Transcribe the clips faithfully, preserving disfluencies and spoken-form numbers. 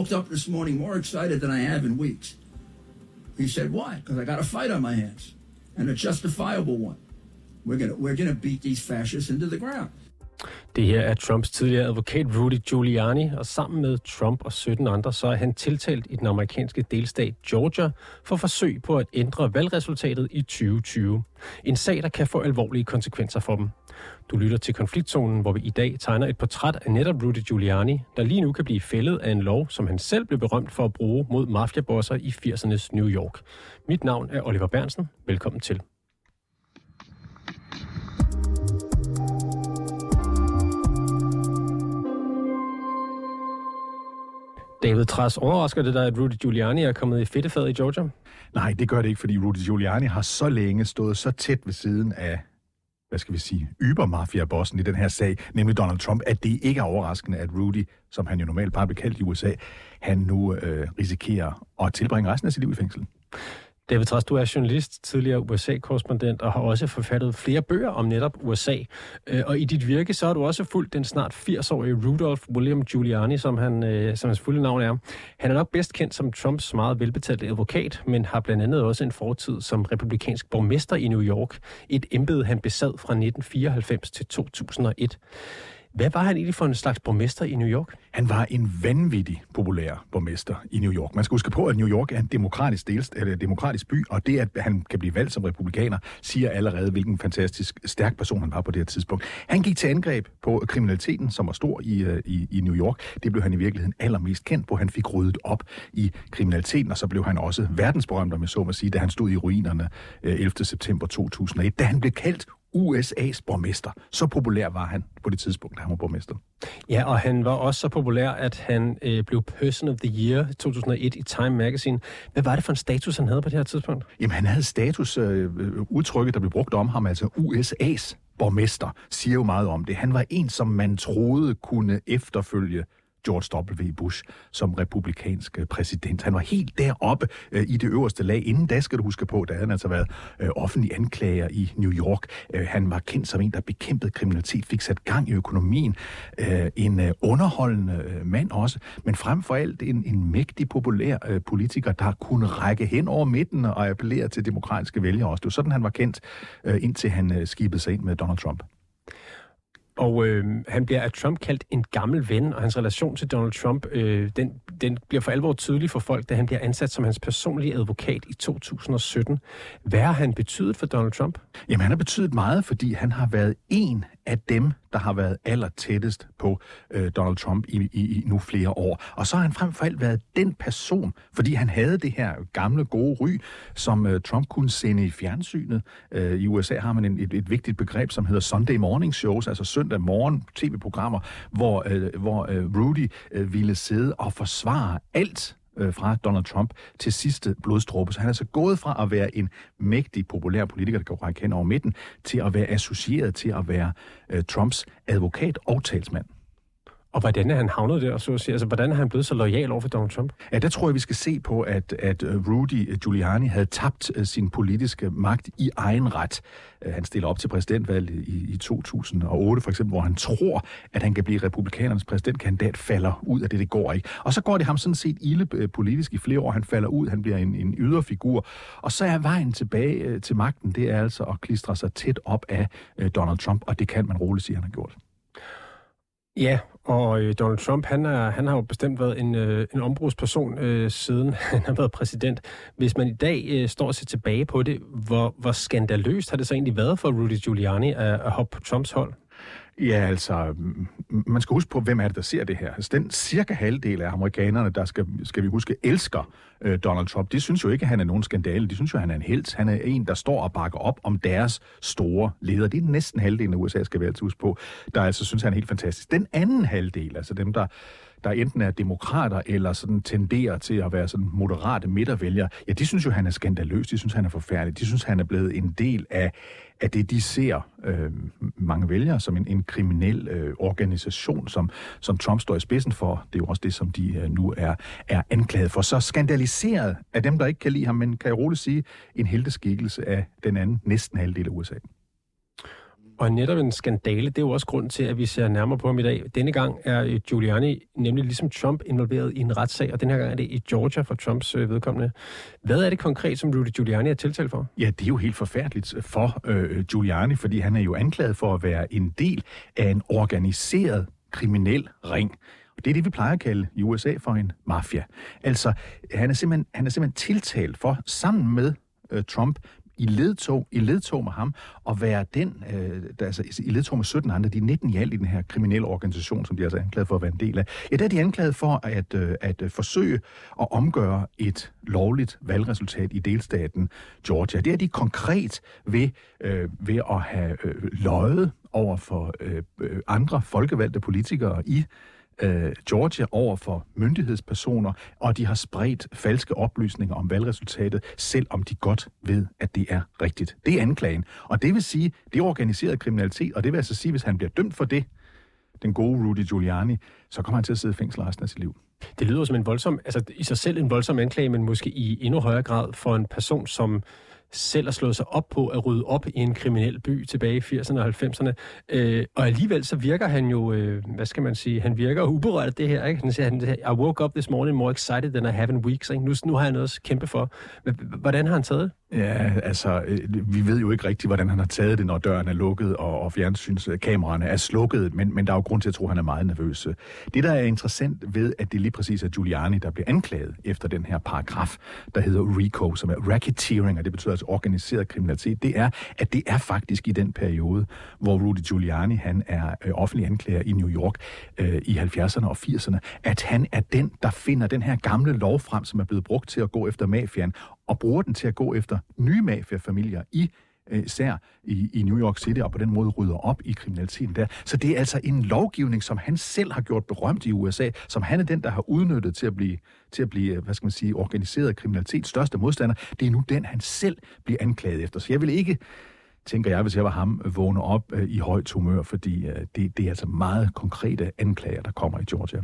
woke up this morning more excited than I have in weeks. He said, why? Because I got a fight on my hands, and a justifiable one. We're gonna, we're gonna beat these fascists into the ground. Det her er Trumps tidligere advokat Rudy Giuliani, og sammen med Trump og sytten andre, så er han tiltalt i den amerikanske delstat Georgia for forsøg på at ændre valgresultatet i tyve tyve. En sag, der kan få alvorlige konsekvenser for dem. Du lytter til Konfliktzonen, hvor vi i dag tegner et portræt af netop Rudy Giuliani, der lige nu kan blive fældet af en lov, som han selv blev berømt for at bruge mod mafiabosser i firsernes New York. Mit navn er Oliver Bernsen. Velkommen til. David Trads, overrasker det dig, at Rudy Giuliani er kommet i fedtefadet i Georgia? Nej, det gør det ikke, fordi Rudy Giuliani har så længe stået så tæt ved siden af, hvad skal vi sige, ybermafia-bossen i den her sag, nemlig Donald Trump, at det ikke er overraskende, at Rudy, som han jo normalt bare bliver kaldt i U S A, han nu øh, risikerer at tilbringe resten af sit liv i fængsel. David Trads, du er journalist, tidligere U S A-korrespondent og har også forfattet flere bøger om netop U S A. Og i dit virke, så har du også fulgt den snart firs-årige Rudolph William Giuliani, som, han, som hans fulde navn er. Han er nok bedst kendt som Trumps meget velbetalte advokat, men har blandt andet også en fortid som republikansk borgmester i New York. Et embede, han besad fra nitten fireoghalvfems til to tusind og et. Hvad var han egentlig for en slags borgmester i New York? Han var en vanvittig populær borgmester i New York. Man skal huske på, at New York er en demokratisk, del, eller demokratisk by, og det, at han kan blive valgt som republikaner, siger allerede, hvilken fantastisk stærk person han var på det her tidspunkt. Han gik til angreb på kriminaliteten, som var stor i, i, i New York. Det blev han i virkeligheden allermest kendt på. Han fik ryddet op i kriminaliteten, og så blev han også verdensberømt, om jeg så må sige, da han stod i ruinerne ellevte september to tusind og et, da han blev kaldt U S A's borgmester. Så populær var han på det tidspunkt, da han var borgmester. Ja, og han var også så populær, at han øh, blev Person of the Year i to tusind og et i Time Magazine. Hvad var det for en status, han havde på det her tidspunkt? Jamen, han havde status, øh, udtrykket, der blev brugt om ham, altså U S A's borgmester, siger jo meget om det. Han var en, som man troede kunne efterfølge George W. Bush som republikansk præsident. Han var helt deroppe øh, i det øverste lag. Inden da, skal du huske på, da han altså været øh, offentlig anklager i New York. Øh, han var kendt som en, der bekæmpede kriminalitet, fik sat gang i økonomien. Øh, en øh, underholdende øh, mand også, men frem for alt en, en mægtig populær øh, politiker, der kunne række hen over midten og appellere til demokratiske vælgere også. Det var sådan, han var kendt, øh, indtil han øh, skibede sig ind med Donald Trump. Og øh, han bliver af Trump kaldt en gammel ven, og hans relation til Donald Trump, øh, den, den bliver for alvor tydelig for folk, da han bliver ansat som hans personlige advokat i to tusind og sytten. Hvad har han betydet for Donald Trump? Jamen, han har betydet meget, fordi han har været en af dem, der har været allertættest på øh, Donald Trump i, i, i nu flere år. Og så har han frem for alt været den person, fordi han havde det her gamle, gode ry, som øh, Trump kunne sende i fjernsynet. Øh, I U S A har man en, et, et vigtigt begreb, som hedder Sunday morning shows, altså søndag morgen tv-programmer, hvor, øh, hvor øh, Rudy øh, ville sidde og forsvare alt fra Donald Trump til sidste blodstråbe. Så han er så gået fra at være en mægtig populær politiker, der kan række hen over midten, til at være associeret til at være uh, Trumps advokat og talsmand. Og hvordan er han havnet der, så at sige? Altså, hvordan er han blevet så loyal over for Donald Trump? Ja, der tror jeg, vi skal se på, at, at Rudy Giuliani havde tabt uh, sin politiske magt i egen ret. Uh, han stiller op til præsidentvalget i, i to tusind og otte, for eksempel, hvor han tror, at han kan blive republikanernes præsidentkandidat, falder ud af det, det går ikke. Og så går det ham sådan set ilde politisk i flere år. Han falder ud, han bliver en, en yderfigur. Og så er vejen tilbage uh, til magten, det er altså at klistre sig tæt op af uh, Donald Trump, og det kan man roligt sige, han har gjort. Ja, og øh, Donald Trump, han, er, han har jo bestemt været en, øh, en ombrudsperson øh, siden han har været præsident. Hvis man i dag øh, står og ser tilbage på det, hvor, hvor skandaløst har det så egentlig været for Rudy Giuliani at, at hoppe på Trumps hold? Ja, altså, man skal huske på, hvem er det, der ser det her. Altså, den cirka halvdel af amerikanerne, der skal, skal vi huske, elsker øh, Donald Trump. De synes jo ikke, at han er nogen skandale. De synes jo, at han er en helt. Han er en, der står og bakker op om deres store leder. Det er næsten halvdelen af U S A, skal vi altid huske på, der altså synes, han er helt fantastisk. Den anden halvdel, altså dem, der der enten er demokrater eller sådan tenderer til at være sådan moderate midtervælgere, ja, de synes jo, han er skandaløs. De synes, han er forfærdelig. De synes, han er blevet en del af, af det, de ser øh, mange vælgere som en, en kriminel øh, organisation, som, som Trump står i spidsen for. Det er jo også det, som de øh, nu er, er anklaget for. Så skandaliseret af dem, der ikke kan lide ham, men kan jeg roligt sige, en helteskikkelse af den anden næsten halvdel af U S A. Og netop en skandale, det er jo også grund til, at vi ser nærmere på ham i dag. Denne gang er Giuliani nemlig ligesom Trump involveret i en retssag, og den her gang er det i Georgia for Trumps øh, vedkommende. Hvad er det konkret, som Rudy Giuliani er tiltalt for? Ja, det er jo helt forfærdeligt for øh, Giuliani, fordi han er jo anklaget for at være en del af en organiseret kriminel ring. Og det er det, vi plejer at kalde i U S A for en mafia. Altså, han er simpelthen, han er simpelthen tiltalt for, sammen med øh, Trump, i ledtog, i ledtog med ham, og være den, øh, der, altså i ledtog med sytten andre, de nitten i alt i den her kriminelle organisation, som de altså er anklaget for at være en del af. Ja, der er de anklaget for at, øh, at øh, forsøge at omgøre et lovligt valgresultat i delstaten Georgia. Det er de konkret ved, øh, ved at have øh, løjet over for øh, øh, andre folkevalgte politikere i Øh, Georgia over for myndighedspersoner, og de har spredt falske oplysninger om valgresultatet, selvom de godt ved, at det er rigtigt. Det er anklagen. Og det vil sige, det er organiseret kriminalitet, og det vil altså sige, hvis han bliver dømt for det, den gode Rudy Giuliani, så kommer han til at sidde i fængsel resten af sit liv. Det lyder som en voldsom, altså i sig selv en voldsom anklage, men måske i endnu højere grad for en person, som selv har slået sig op på at rydde op i en kriminel by tilbage i firserne og halvfemserne. Øh, og alligevel så virker han jo, øh, hvad skal man sige, han virker uberørt af det her, ikke? Han siger, han, I woke up this morning more excited than I have in weeks, ikke? Nu, nu har jeg noget at kæmpe for. Hvordan har han taget det? Ja, altså, vi ved jo ikke rigtigt, hvordan han har taget det, når døren er lukket, og, og fjernsynskameraerne er slukket, men, men der er jo grund til at tro, at han er meget nervøs. Det, der er interessant ved, at det lige præcis er Giuliani, der bliver anklaget efter den her paragraf, der hedder RICO, som er racketeering, og det betyder altså organiseret kriminalitet, det er, at det er faktisk i den periode, hvor Rudy Giuliani, han er øh, offentlig anklager i New York øh, i halvfjerdserne og firserne, at han er den, der finder den her gamle lov frem, som er blevet brugt til at gå efter mafiaen, og bruger den til at gå efter nye mafiafamilier i især i, i New York City, og på den måde rydder op i kriminaliteten der. Så det er altså en lovgivning, som han selv har gjort berømt i U S A, som han er den, der har udnyttet til at blive, til at blive hvad skal man sige, organiseret kriminalitet, største modstander. Det er nu den, han selv bliver anklaget efter. Så jeg vil ikke, tænker jeg, hvis jeg var ham, vågne op øh, i højt humør, fordi øh, det, det er altså meget konkrete anklager, der kommer i Georgia.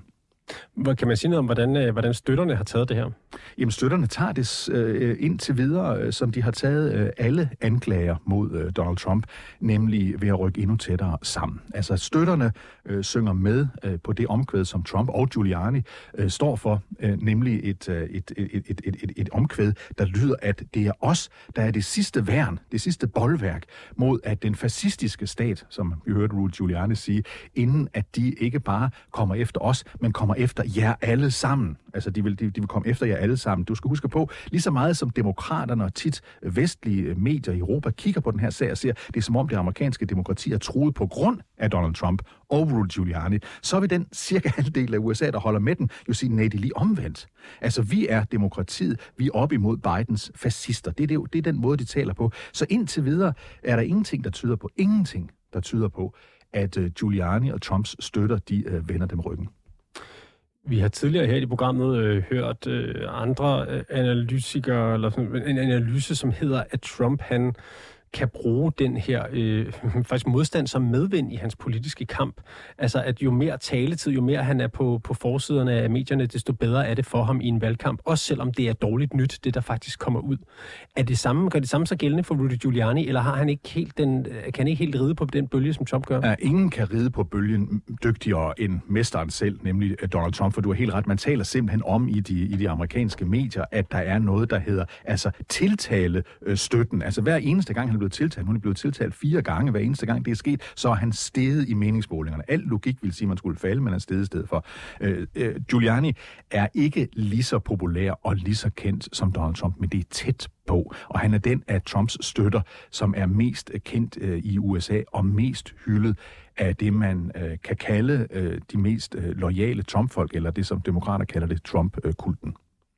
Kan man sige noget om, hvordan, hvordan støtterne har taget det her? Jamen, støtterne tager det øh, indtil videre, øh, som de har taget øh, alle anklager mod øh, Donald Trump, nemlig ved at rykke endnu tættere sammen. Altså, støtterne øh, synger med øh, på det omkvæd, som Trump og Giuliani øh, står for, øh, nemlig et, øh, et, et, et, et, et, et omkvæd, der lyder, at det er os, der er det sidste værn, det sidste bolværk mod, at den fascistiske stat, som vi hørte Rudy Giuliani sige, inden at de ikke bare kommer efter os, men kommer efter jer alle sammen. Altså, de vil, de, de vil komme efter jer alle sammen. Du skal huske på, lige så meget som demokraterne og tit vestlige medier i Europa kigger på den her sag og siger, det er som om det amerikanske demokrati er truet på grund af Donald Trump og Rudy Giuliani, så vil den cirka halvdel af U S A, der holder med den, jo sige, nej, det er lige omvendt. Altså, vi er demokratiet, vi er op imod Bidens fascister. Det er, det, det er den måde, de taler på. Så indtil videre er der ingenting, der tyder på, ingenting, der tyder på, at uh, Giuliani og Trumps støtter, de uh, vender dem ryggen. Vi har tidligere her i programmet øh, hørt øh, andre øh, analytikere, eller en analyse, som hedder, at Trump han kan bruge den her øh, faktisk modstand som medvind i hans politiske kamp. Altså, at jo mere taletid, jo mere han er på, på forsiderne af medierne, desto bedre er det for ham i en valgkamp, også selvom det er dårligt nyt, det der faktisk kommer ud. Er det samme, gør det samme så gældende for Rudy Giuliani, eller har han ikke helt den, kan han ikke helt ride på den bølge, som Trump gør? Ja, ingen kan ride på bølgen dygtigere end mesteren selv, nemlig Donald Trump, for du har helt ret. Man taler simpelthen om i de, i de amerikanske medier, at der er noget, der hedder altså tiltalestøtten. Altså hver eneste gang, han blevet tiltalt. Hun er blevet tiltalt fire gange. Hver eneste gang det er sket, så er han steget i meningsmålingerne. Al logik vil sige, at man skulle falde, men han steget i stedet for. Øh, øh, Giuliani er ikke lige så populær og lige så kendt som Donald Trump, men det er tæt på. Og han er den af Trumps støtter, som er mest kendt øh, i U S A og mest hyldet af det, man øh, kan kalde øh, de mest øh, loyale Trump-folk, eller det, som demokrater kalder det, Trump-kulten.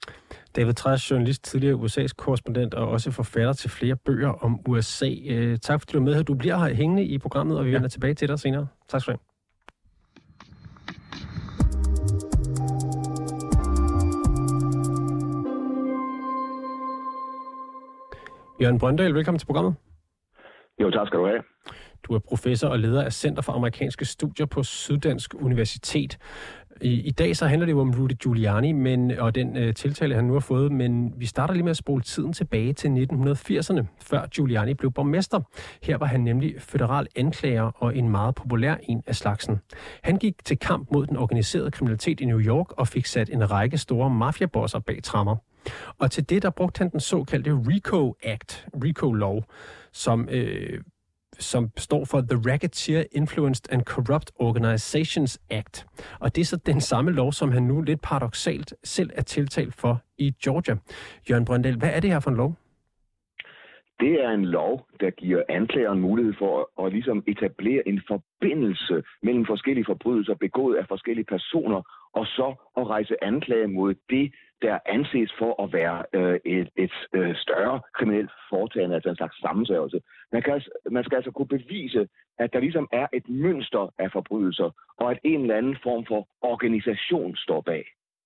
David Trash, journalist, tidligere U S A's korrespondent og også forfatter til flere bøger om U S A. Øh, tak fordi du er med her. Du bliver her hængende i programmet, og vi ja. vender tilbage til dig senere. Tak skal du have. Jørgen Brøndal, velkommen til programmet. Jo, tak skal du have. Du er professor og leder af Center for Amerikanske Studier på Syddansk Universitet. I, I dag så handler det jo om Rudy Giuliani men, og den øh, tiltale, han nu har fået, men vi starter lige med at spole tiden tilbage til nitten firserne, før Giuliani blev borgmester. Her var han nemlig føderal anklager og en meget populær en af slagsen. Han gik til kamp mod den organiserede kriminalitet i New York og fik sat en række store mafiabosser bag tremmer. Og til det, der brugte han den såkaldte RICO Act, RICO-lov, som... Øh, som står for The Racketeer Influenced and Corrupt Organizations Act. Og det er så den samme lov, som han nu lidt paradoksalt selv er tiltalt for i Georgia. Jørgen Brøndal, hvad er det her for en lov? Det er en lov, der giver anklageren mulighed for at, at ligesom etablere en forbindelse mellem forskellige forbrydelser begået af forskellige personer, og så at rejse anklage mod det, der anses for at være øh, et, et øh, større kriminelt foretagende, altså en slags sammensværgelse. Man, kan, man skal altså kunne bevise, at der ligesom er et mønster af forbrydelser, og at en eller anden form for organisation står bag.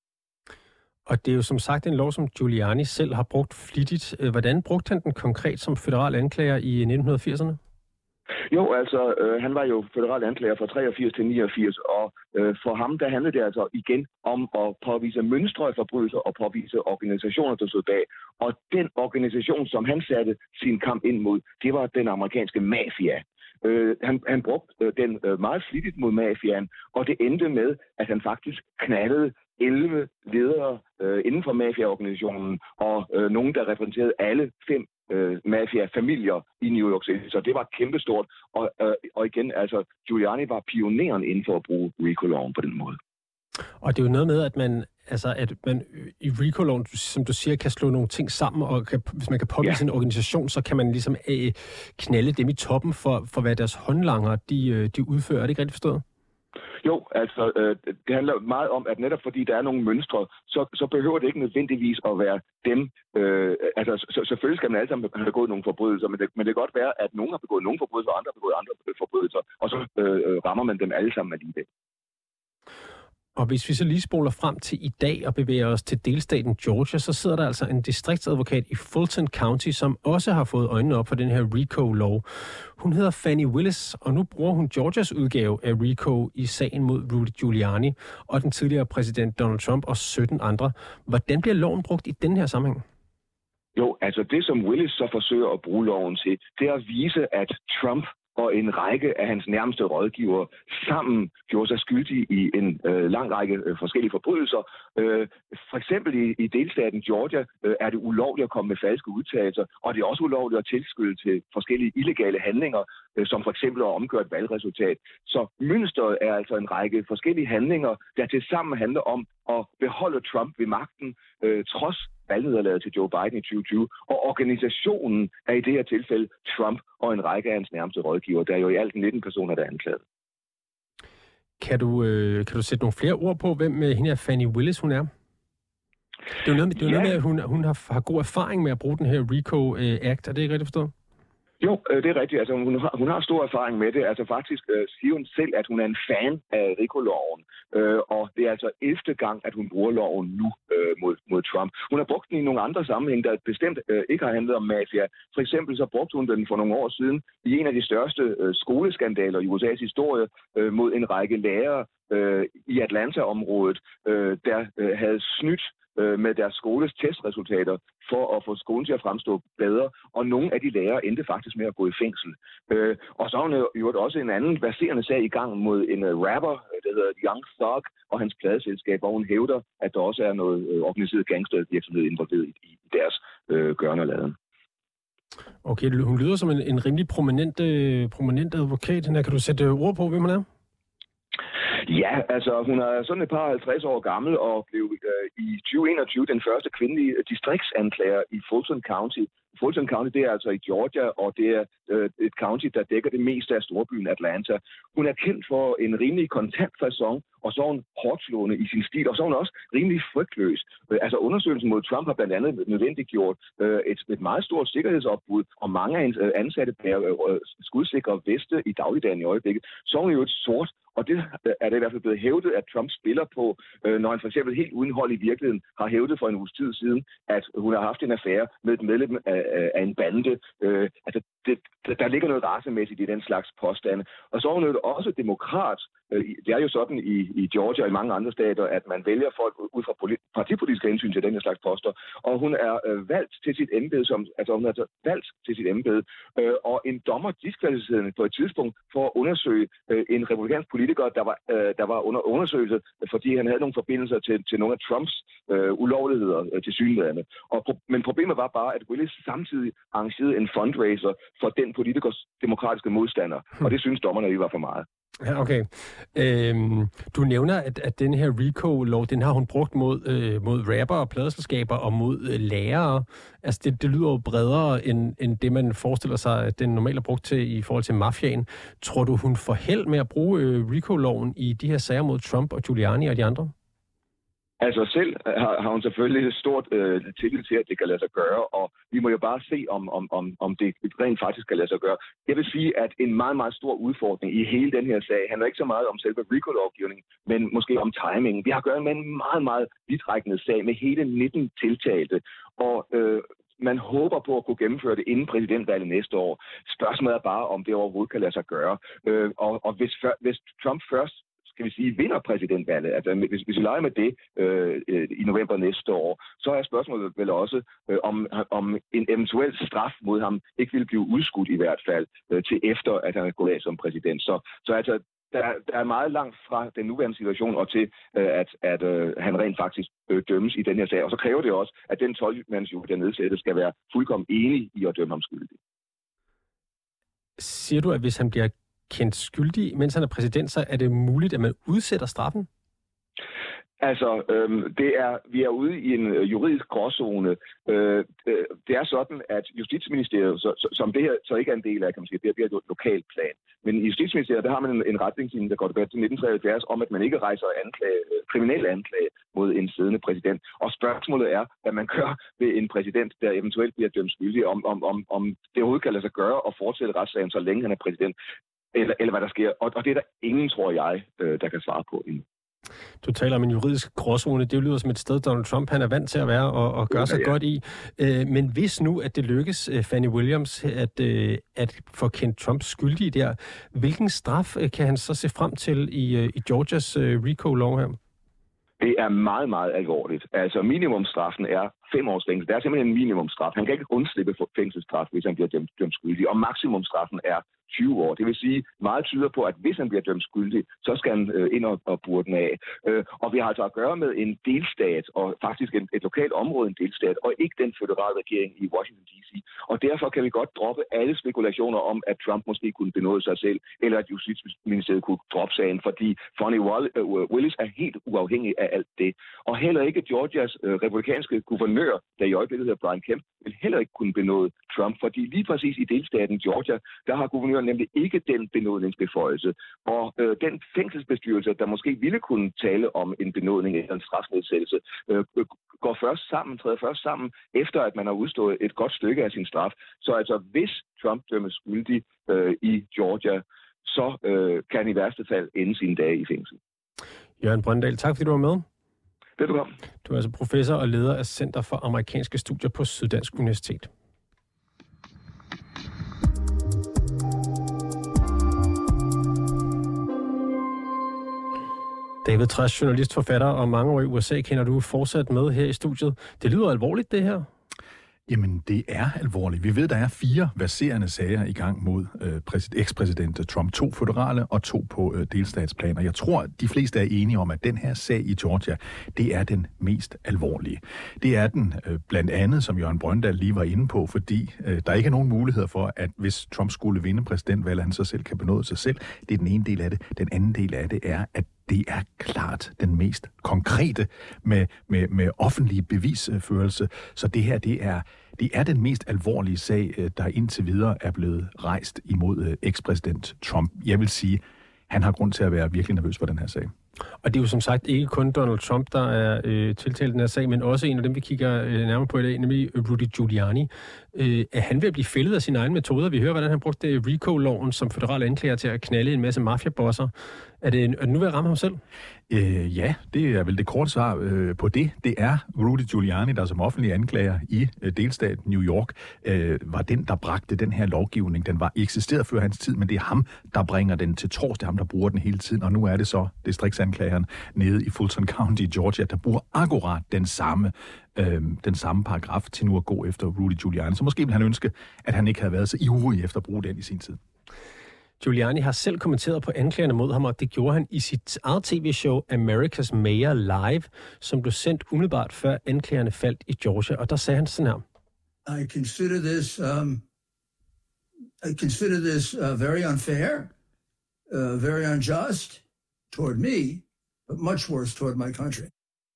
Og det er jo som sagt en lov, som Giuliani selv har brugt flittigt. Hvordan brugte han den konkret som føderal anklager i nitten firserne? Jo, altså, øh, han var jo føderal anklager fra treogfirs til niogfirs, og øh, for ham, der handlede det altså igen om at påvise mønstre af forbrydelser og påvise organisationer, der stod bag. Og den organisation, som han satte sin kamp ind mod, det var den amerikanske mafia. Øh, han, han brugte øh, den øh, meget flittigt mod mafiaen, og det endte med, at han faktisk knaldede elleve ledere øh, inden for mafiaorganisationen, og øh, nogen, der repræsenterede alle fem øh, mafia-familier i New York City. Så det var kæmpestort, og, øh, og igen, altså, Giuliani var pioneren inden for at bruge RICO-loven på den måde. Og det er jo noget med, at man, altså, at man i RICO-loven, som du siger, kan slå nogle ting sammen, og kan, hvis man kan påvise ja. en organisation, så kan man ligesom øh, knalde dem i toppen for, for hvad deres håndlanger de, de udfører. Er det ikke rigtigt forstået? Jo, altså øh, det handler meget om, at netop fordi der er nogle mønstre, så, så behøver det ikke nødvendigvis at være dem. Øh, altså så, selvfølgelig skal man alle sammen have begået nogle forbrydelser, men det, men det kan godt være, at nogen har begået nogle forbrydelser, og andre har begået andre forbrydelser, og så øh, rammer man dem alle sammen alligevel. Og hvis vi så lige spoler frem til i dag og bevæger os til delstaten Georgia, så sidder der altså en distriktsadvokat i Fulton County, som også har fået øjnene op for den her RICO-lov. Hun hedder Fani Willis, og nu bruger hun Georgias udgave af RICO i sagen mod Rudy Giuliani og den tidligere præsident Donald Trump og sytten andre. Hvordan bliver loven brugt i den her sammenhæng? Jo, altså det, som Willis så forsøger at bruge loven til, det er at vise, at Trump og en række af hans nærmeste rådgivere sammen gjorde sig skyldige i en øh, lang række øh, forskellige forbrydelser. Øh, for eksempel i, i delstaten Georgia øh, er det ulovligt at komme med falske udtalelser, og det er også ulovligt at tilskynde til forskellige illegale handlinger, øh, som for eksempel at omgøre et valgresultat. Så mønstret er altså en række forskellige handlinger, der tilsammen handler om at beholde Trump ved magten, øh, trods valgnederlaget til Joe Biden i tyve tyve, og organisationen er i det her tilfælde Trump og en række af hans nærmeste rådgiver. Der er jo i alt nitten personer, der er anklaget. Kan du, øh, kan du sætte nogle flere ord på, hvem hende er Fani Willis, hun er? Det er jo noget med, det er jo ja. noget med at hun, hun har, har god erfaring med at bruge den her RICO-act. Er det ikke rigtigt forstået? Jo, det er rigtigt. Altså, hun, har, hun har stor erfaring med det. Altså faktisk øh, siger hun selv, at hun er en fan af RICO-loven. Øh, og det er altså ellevte gang, at hun bruger loven nu øh, mod, mod Trump. Hun har brugt den i nogle andre sammenhæng, der bestemt øh, ikke har handlet om mafia. For eksempel så brugte hun den for nogle år siden i en af de største øh, skoleskandaler i U S A's historie øh, mod en række lærere øh, i Atlanta-området, øh, der øh, havde snydt med deres skoles testresultater for at få skolen til at fremstå bedre, og nogle af de lærere endte faktisk med at gå i fængsel. Øh, og så har hun jo også en anden verserende sag i gang mod en uh, rapper, der hedder Young Thug, og hans pladeselskab, hvor hun hævder, at der også er noget uh, organiseret gangstervirksomhed involveret i, i deres øh, gørne og laden. Okay, hun lyder som en, en rimelig prominent, øh, prominent advokat. Kan du sætte ord på, hvem hun er? Ja, altså hun er sådan et par halvtreds år gammel og blev øh, i tyve enogtyve den første kvindelige distriktsanklager i Fulton County. Fulton County, det er altså i Georgia, og det er øh, et county, der dækker det meste af storbyen Atlanta. Hun er kendt for en rimelig kontant facon, og så er hun hårdslående i sin stil, og så er hun også rimelig frygtløs. Øh, altså undersøgelsen mod Trump har blandt andet nødvendiggjort øh, et, et meget stort sikkerhedsopbud, og mange af øh, ansatte bærer øh, skudsikre veste i dagligdagen i øjeblikket. Så er hun jo et sort, og det er det i hvert fald blevet hævdet, at Trump spiller på, øh, når han for eksempel helt uden hold i virkeligheden har hævdet for en uges tid siden, at hun har haft en affære med et medlem af, af en bande. Øh, altså det, der ligger noget racemæssigt i den slags påstande. Og så er hun jo også demokrat. Det er jo sådan i, i Georgia og i mange andre stater, at man vælger folk ud fra politi- partipolitiske hensyn til den her slags poster. Og hun er øh, valgt til sit embede, som, altså hun er altså valgt til sit embede. Øh, og en dommer diskvalificerede på et tidspunkt for at undersøge øh, en republikansk politiker, der var, øh, der var under undersøgelse, fordi han havde nogle forbindelser til, til nogle af Trumps øh, ulovligheder øh, til synligheden. Og pro- men problemet var bare, at Willis samtidig arrangerede en fundraiser for den politikers demokratiske modstander. Og det synes dommerne ikke var for meget. Ja, okay. Øhm, du nævner, at, at den her RICO-lov, den har hun brugt mod, øh, mod rapper og pladeselskaber og mod øh, lærere. Altså, det, det lyder jo bredere, end, end det, man forestiller sig, at den normalt er brugt til i forhold til mafiaen. Tror du, hun får held med at bruge øh, RICO-loven i de her sager mod Trump og Giuliani og de andre? Altså selv har, har hun selvfølgelig stort øh, tillid til, at det kan lade sig gøre, og vi må jo bare se, om, om, om, om det rent faktisk kan lade sig gøre. Jeg vil sige, at en meget, meget stor udfordring i hele den her sag handler ikke så meget om selve RICO-lovgivningen, men måske om timingen. Vi har at gøre med en meget, meget vidtrækkende sag med hele nitten tiltalte, og øh, man håber på at kunne gennemføre det inden præsidentvalget næste år. Spørgsmålet er bare, om det overhovedet kan lade sig gøre. Øh, og og hvis, hvis Trump først skal vi sige, vinder præsidentvalget, altså hvis, hvis vi leger med det øh, i november næste år, så er spørgsmålet vel også, øh, om, om en eventuel straf mod ham ikke vil blive udskudt i hvert fald øh, til efter, at han er gået af som præsident. Så, så altså, der, der er meget langt fra den nuværende situation og til, øh, at, at øh, han rent faktisk øh, dømmes i den her sag. Og så kræver det også, at den tolv-mandsjury, der nedsættes, skal være fuldkommen enig i at dømme ham skyldig. Siger du, at hvis han bliver kendt skyldig, mens han er præsident, så er det muligt, at man udsætter straffen? Altså, øhm, det er, vi er ude i en øh, juridisk gråzone. Øh, øh, det er sådan, at Justitsministeriet, så, så, som det her så ikke er en del af, kan man sige, det bliver et lokalt plan. Men i Justitsministeriet, der har man en, en retningslinje, der går tilbage til nitten treoghalvfjerds, om at man ikke rejser anklage, kriminelle anklage mod en siddende præsident. Og spørgsmålet er, hvad man gør ved en præsident, der eventuelt bliver dømt skyldig, om, om, om, om det overhovedet kan lade sig gøre at fortsætte retssagen, så længe han er præsident, eller, eller hvad der sker. Og, og det er der ingen, tror jeg, øh, der kan svare på endnu. Du taler om en juridisk gråzone. Det lyder som et sted, Donald Trump han er vant til at være og, og gøre sig ja, ja. godt i. Øh, men hvis nu, at det lykkes Fani Willis at, øh, at få kendt Trump skyldig der, hvilken straf kan han så se frem til i, i Georgias øh, RICO-lov her? Det er meget, meget alvorligt. Altså minimumstraffen er fem års fængsel. Det er simpelthen en minimumstraf. Han kan ikke undslippe for fængselsstraf, hvis han bliver dømt, dømt skyldig. Og maksimumstraffen er tyve år. Det vil sige, meget tyder på, at hvis han bliver dømt skyldig, så skal han øh, ind og, og burde den af. Øh, og vi har altså at gøre med en delstat, og faktisk en, et lokalt område, en delstat, og ikke den føderale regering i Washington D C. Og derfor kan vi godt droppe alle spekulationer om, at Trump måske kunne benåde sig selv, eller at Justitsministeriet kunne droppe sagen, fordi Fani Willis er helt uafhængig af alt det. Og heller ikke Georgias øh, republikanske guvernør, der i øjeblikket hedder Brian Kemp, vil heller ikke kunne benåde Trump, fordi lige præcis i delstaten Georgia, der har guvernøren nemlig ikke den benådningsbeføjelse. Og øh, den fængselsbestyrelse, der måske ville kunne tale om en benådning eller en strafnedsættelse, øh, går først sammen, træder først sammen, efter at man har udstået et godt stykke af sin straf. Så altså, hvis Trump dømmes skyldig øh, i Georgia, så øh, kan han i værste fald ende sine dage i fængsel. Jørgen Brøndal, tak fordi du var med. Velkommen. Du er altså professor og leder af Center for Amerikanske Studier på Syddansk Universitet. David Trash, journalist, forfatter og mangeårig U S A, kender du fortsat med her i studiet. Det lyder alvorligt, det her. Jamen, det er alvorligt. Vi ved, der er fire verserende sager i gang mod øh, præsident, ekspræsident Trump. To føderale og to på øh, delstatsplaner. Jeg tror, at de fleste er enige om, at den her sag i Georgia, det er den mest alvorlige. Det er den øh, blandt andet, som Jørgen Brøndal lige var inde på, fordi øh, der ikke er nogen muligheder for, at hvis Trump skulle vinde præsidentvalget, han så selv kan benåde sig selv. Det er den ene del af det. Den anden del af det er, at det er klart den mest konkrete med, med, med offentlig bevisførelse. Så det her, det er, det er den mest alvorlige sag, der indtil videre er blevet rejst imod ekspræsident Trump. Jeg vil sige, han har grund til at være virkelig nervøs for den her sag. Og det er jo som sagt ikke kun Donald Trump, der er øh, tiltalt den her sag, men også en af dem, vi kigger øh, nærmere på i dag, nemlig Rudy Giuliani. Øh, er han ved at blive fældet af sine egne metoder? Vi hører, hvordan han brugte RICO-loven som federal anklager til at knalde en masse mafiabosser. Er det, er det nu ved at ramme ham selv? Øh, ja, det er vel det korte svar øh, på det. Det er Rudy Giuliani, der som offentlig anklager i øh, delstaten New York, øh, var den, der bragte den her lovgivning. Den var eksisteret før hans tid, men det er ham, der bringer den til tors. Det er ham, der bruger den hele tiden, og nu er det så distriktsanklageren nede i Fulton County i Georgia, der bruger akkurat den samme, øh, den samme paragraf til nu at gå efter Rudy Giuliani. Så måske vil han ønske, at han ikke havde været så ivrig efter at bruge den i sin tid. Giuliani har selv kommenteret på anklagerne mod ham, og det gjorde han i sit eget tv-show America's Mayor Live, som blev sendt umiddelbart før anklagerne faldt i Georgia, og der sagde han sådan her. I consider this, um, I consider this uh, very unfair, uh, very unjust toward me, but much worse toward my country.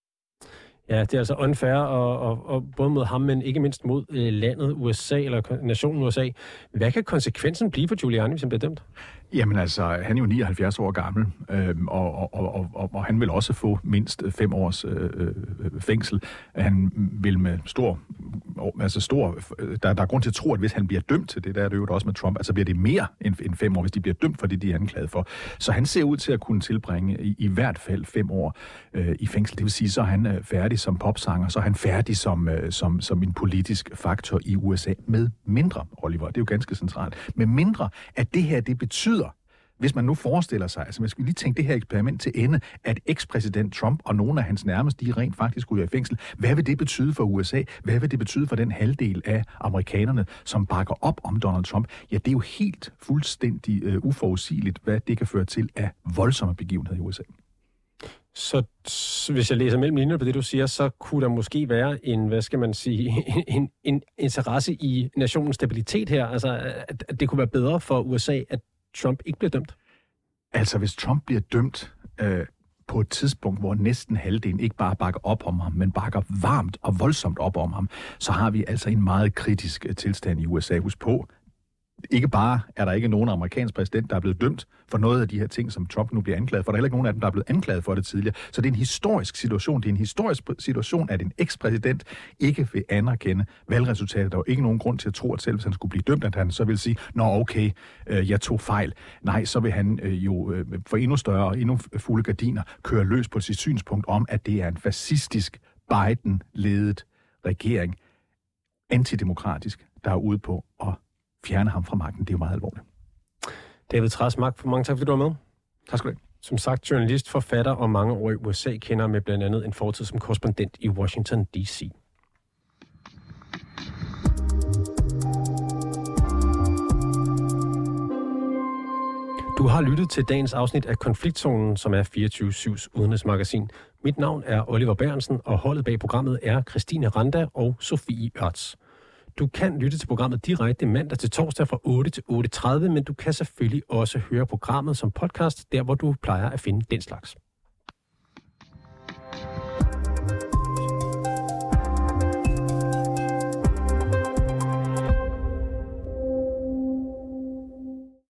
Ja, det er altså unfair, og, og, og både mod ham, men ikke mindst mod øh, landet U S A, eller nationen U S A. Hvad kan konsekvensen blive for Giuliani, hvis han bliver dømt? Jamen altså, han er jo nioghalvfjerds år gammel, øh, og, og, og, og, og han vil også få mindst fem års øh, fængsel. Han vil med stor, altså stor, der, der er grund til at tro, at hvis han bliver dømt til det, der er det jo også med Trump, altså bliver det mere end, end fem år, hvis de bliver dømt for det, de er anklaget for. Så han ser ud til at kunne tilbringe i, i hvert fald fem år øh, i fængsel. Det vil sige, så er han øh, færdig som popsanger, så er han færdig som, øh, som, som en politisk faktor i U S A med mindre, Oliver. Det er jo ganske centralt. Med mindre, at det her, det betyder, hvis man nu forestiller sig, altså man skal lige tænke det her eksperiment til ende, at ekspræsident Trump og nogle af hans nærmeste, de rent faktisk ryger i fængsel. Hvad vil det betyde for U S A? Hvad vil det betyde for den halvdel af amerikanerne, som bakker op om Donald Trump? Ja, det er jo helt fuldstændig uh, uforudsigeligt, hvad det kan føre til af voldsomme begivenheder i U S A. Så hvis jeg læser mellem linjer på det, du siger, så kunne der måske være en, hvad skal man sige, en, en interesse i nationens stabilitet her. Altså, at det kunne være bedre for U S A, at Trump ikke bliver dømt? Altså, hvis Trump bliver dømt øh, på et tidspunkt, hvor næsten halvdelen ikke bare bakker op om ham, men bakker varmt og voldsomt op om ham, så har vi altså en meget kritisk øh, tilstand i U S A. Husk på, ikke bare er der ikke nogen amerikansk præsident, der er blevet dømt for noget af de her ting, som Trump nu bliver anklaget for. Der er heller ikke nogen af dem, der er blevet anklaget for det tidligere. Så det er en historisk situation. Det er en historisk situation, at en ekspræsident ikke vil anerkende valgresultatet. Der er jo ikke nogen grund til at tro, at selv hvis han skulle blive dømt, at han så vil sige, nå okay, øh, jeg tog fejl. Nej, så vil han øh, jo øh, for endnu større og endnu fulde gardiner køre løs på sit synspunkt om, at det er en fascistisk Biden-ledet regering, antidemokratisk, der er ude på at fjerne ham fra magten. Det er jo meget alvorligt. David Trasmark, mange tak, fordi du var med. Tak skal du have. Som sagt, journalist, forfatter og mange år i U S A, kender med blandt andet en fortid som korrespondent i Washington D C. Du har lyttet til dagens afsnit af Konfliktzonen, som er fireogtyve syvs udenrigsmagasin. Mit navn er Oliver Bærensen, og holdet bag programmet er Christine Randa og Sofie Ørts. Du kan lytte til programmet direkte mandag til torsdag fra otte til otte tredive, men du kan selvfølgelig også høre programmet som podcast, der hvor du plejer at finde den slags.